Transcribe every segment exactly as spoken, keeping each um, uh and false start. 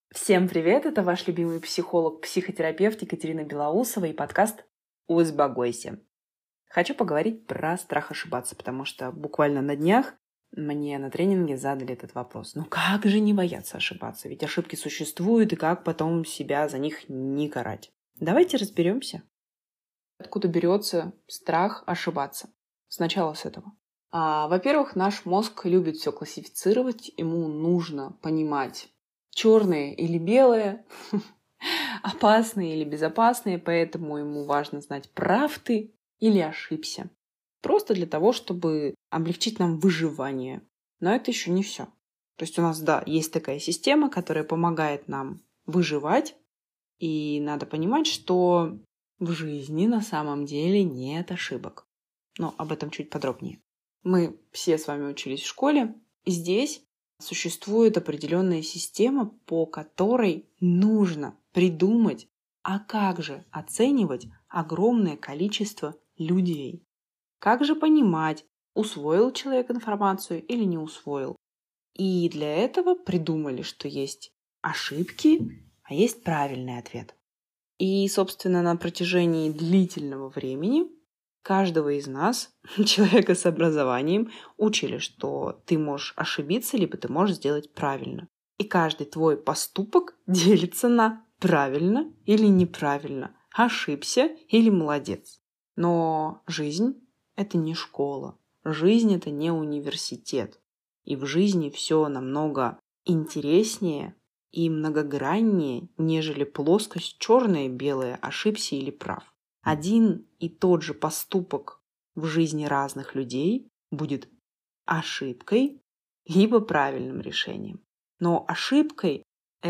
Всем привет! Это ваш любимый психолог, психотерапевт Екатерина Белоусова и подкаст «Узбагойся». Хочу поговорить про страх ошибаться, потому что буквально на днях мне на тренинге задали этот вопрос. Ну как же не бояться ошибаться? Ведь ошибки существуют, и как потом себя за них не карать? Давайте разберемся. Откуда берется страх ошибаться? Сначала с этого. А, во-первых, наш мозг любит все классифицировать, ему нужно понимать, черные или белые, опасные или безопасные, поэтому ему важно знать, прав ты или ошибся. Просто для того, чтобы облегчить нам выживание. Но это еще не все. То есть у нас, да, есть такая система, которая помогает нам выживать, и надо понимать, что в жизни на самом деле нет ошибок. Но об этом чуть подробнее. Мы все с вами учились в школе, и здесь существует определенная система, по которой нужно придумать, а как же оценивать огромное количество людей. Как же понимать, усвоил человек информацию или не усвоил. И для этого придумали, что есть ошибки, а есть правильный ответ. И, собственно, на протяжении длительного времени каждого из нас, человека с образованием, учили, что ты можешь ошибиться, либо ты можешь сделать правильно. И каждый твой поступок делится на правильно или неправильно, ошибся или молодец. Но жизнь – это не школа, жизнь – это не университет. И в жизни все намного интереснее и многограннее, нежели плоскость черное-белое, ошибся или прав. Один и тот же поступок в жизни разных людей будет ошибкой либо правильным решением. Но ошибкой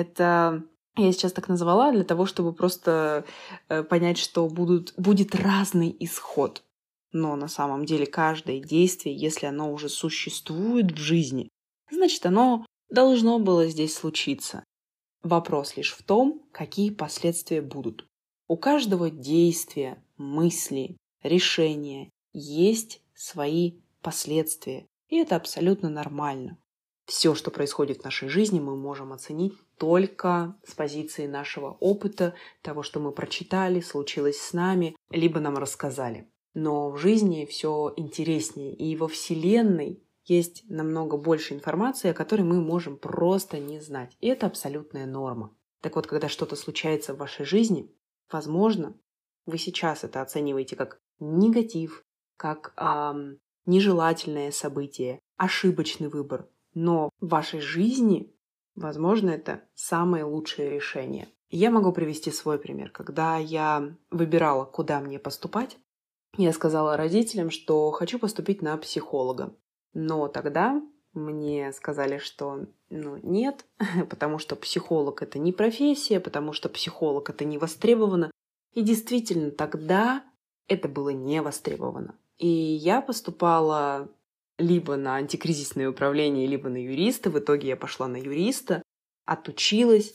это я сейчас так назвала для того, чтобы просто понять, что будут, будет разный исход. Но на самом деле каждое действие, если оно уже существует в жизни, значит, оно должно было здесь случиться. Вопрос лишь в том, какие последствия будут. У каждого действия, мысли, решения есть свои последствия, и это абсолютно нормально. Все, что происходит в нашей жизни, мы можем оценить только с позиции нашего опыта, того, что мы прочитали, случилось с нами, либо нам рассказали. Но в жизни все интереснее, и во Вселенной есть намного больше информации, о которой мы можем просто не знать. И это абсолютная норма. Так вот, когда что-то случается в вашей жизни, возможно, вы сейчас это оцениваете как негатив, как эм, нежелательное событие, ошибочный выбор. Но в вашей жизни, возможно, это самое лучшее решение. Я могу привести свой пример. Когда я выбирала, куда мне поступать, я сказала родителям, что хочу поступить на психолога. Но тогда мне сказали, что ну, нет, потому что психолог – это не профессия, потому что психолог – это не востребовано. И действительно, тогда это было не востребовано. И я поступала либо на антикризисное управление, либо на юриста. В итоге я пошла на юриста, отучилась.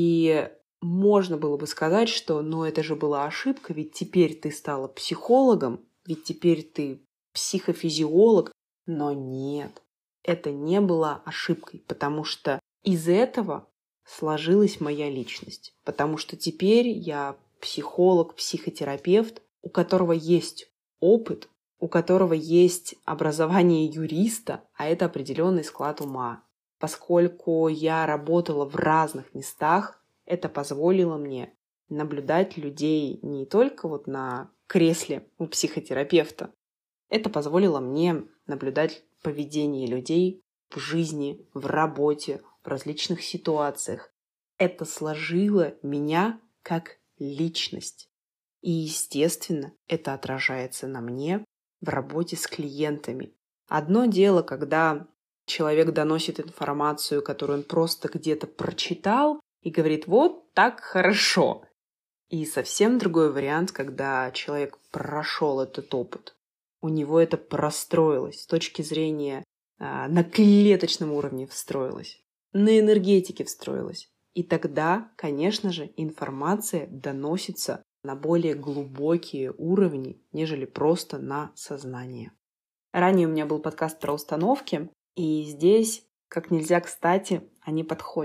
И можно было бы сказать, что ну, это же была ошибка, ведь теперь ты стала психологом, ведь теперь ты психофизиолог. Но нет, это не была ошибкой, потому что из этого сложилась моя личность. Потому что теперь я психолог, психотерапевт, у которого есть опыт, у которого есть образование юриста, а это определенный склад ума. Поскольку я работала в разных местах, это позволило мне наблюдать людей не только вот на кресле у психотерапевта, это позволило мне наблюдать поведение людей в жизни, в работе, в различных ситуациях. Это сложило меня как личность. И, естественно, это отражается на мне в работе с клиентами. Одно дело, когда человек доносит информацию, которую он просто где-то прочитал и говорит «вот так хорошо». И совсем другой вариант, когда человек прошел этот опыт. У него это простроилось с точки зрения а, на клеточном уровне встроилось, на энергетике встроилось. И тогда, конечно же, информация доносится на более глубокие уровни, нежели просто на сознание. Ранее у меня был подкаст про установки, и здесь, как нельзя кстати, они подходят.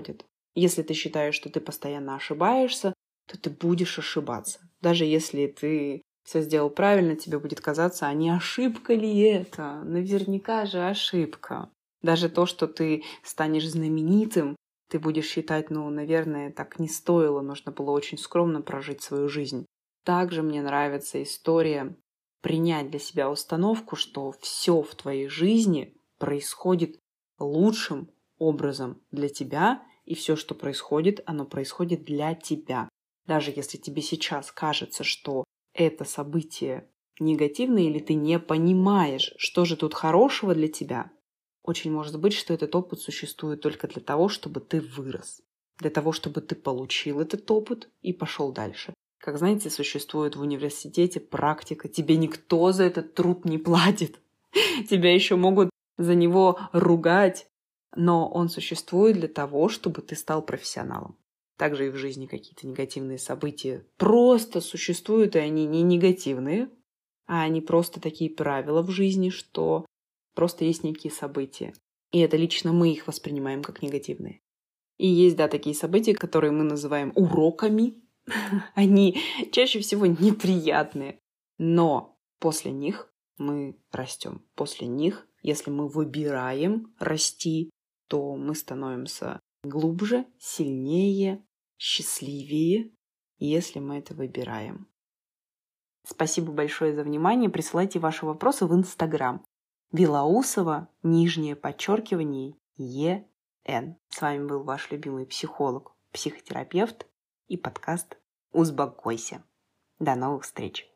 Если ты считаешь, что ты постоянно ошибаешься, то ты будешь ошибаться. Даже если ты все сделал правильно, тебе будет казаться, а не ошибка ли это? Наверняка же ошибка. Даже то, что ты станешь знаменитым, ты будешь считать, ну, наверное, так не стоило, нужно было очень скромно прожить свою жизнь. Также мне нравится история принять для себя установку, что все в твоей жизни происходит лучшим образом для тебя, и все, что происходит, оно происходит для тебя. Даже если тебе сейчас кажется, что это событие негативное, или ты не понимаешь, что же тут хорошего для тебя, очень может быть, что этот опыт существует только для того, чтобы ты вырос, для того, чтобы ты получил этот опыт и пошел дальше. Как знаете, существует в университете практика, тебе никто за этот труд не платит, тебя еще могут за него ругать, но он существует для того, чтобы ты стал профессионалом. Также и в жизни какие-то негативные события просто существуют, и они не негативные, а они просто такие правила в жизни, что просто есть некие события. И это лично мы их воспринимаем как негативные. И есть, да, такие события, которые мы называем уроками. Они чаще всего неприятные. Но после них мы растем. После них, если мы выбираем расти, то мы становимся глубже, сильнее, счастливее, если мы это выбираем. Спасибо большое за внимание. Присылайте ваши вопросы в Инстаграм. Белоусова, нижнее подчеркивание, ЕН. С вами был ваш любимый психолог, психотерапевт и подкаст «Успокойся». До новых встреч!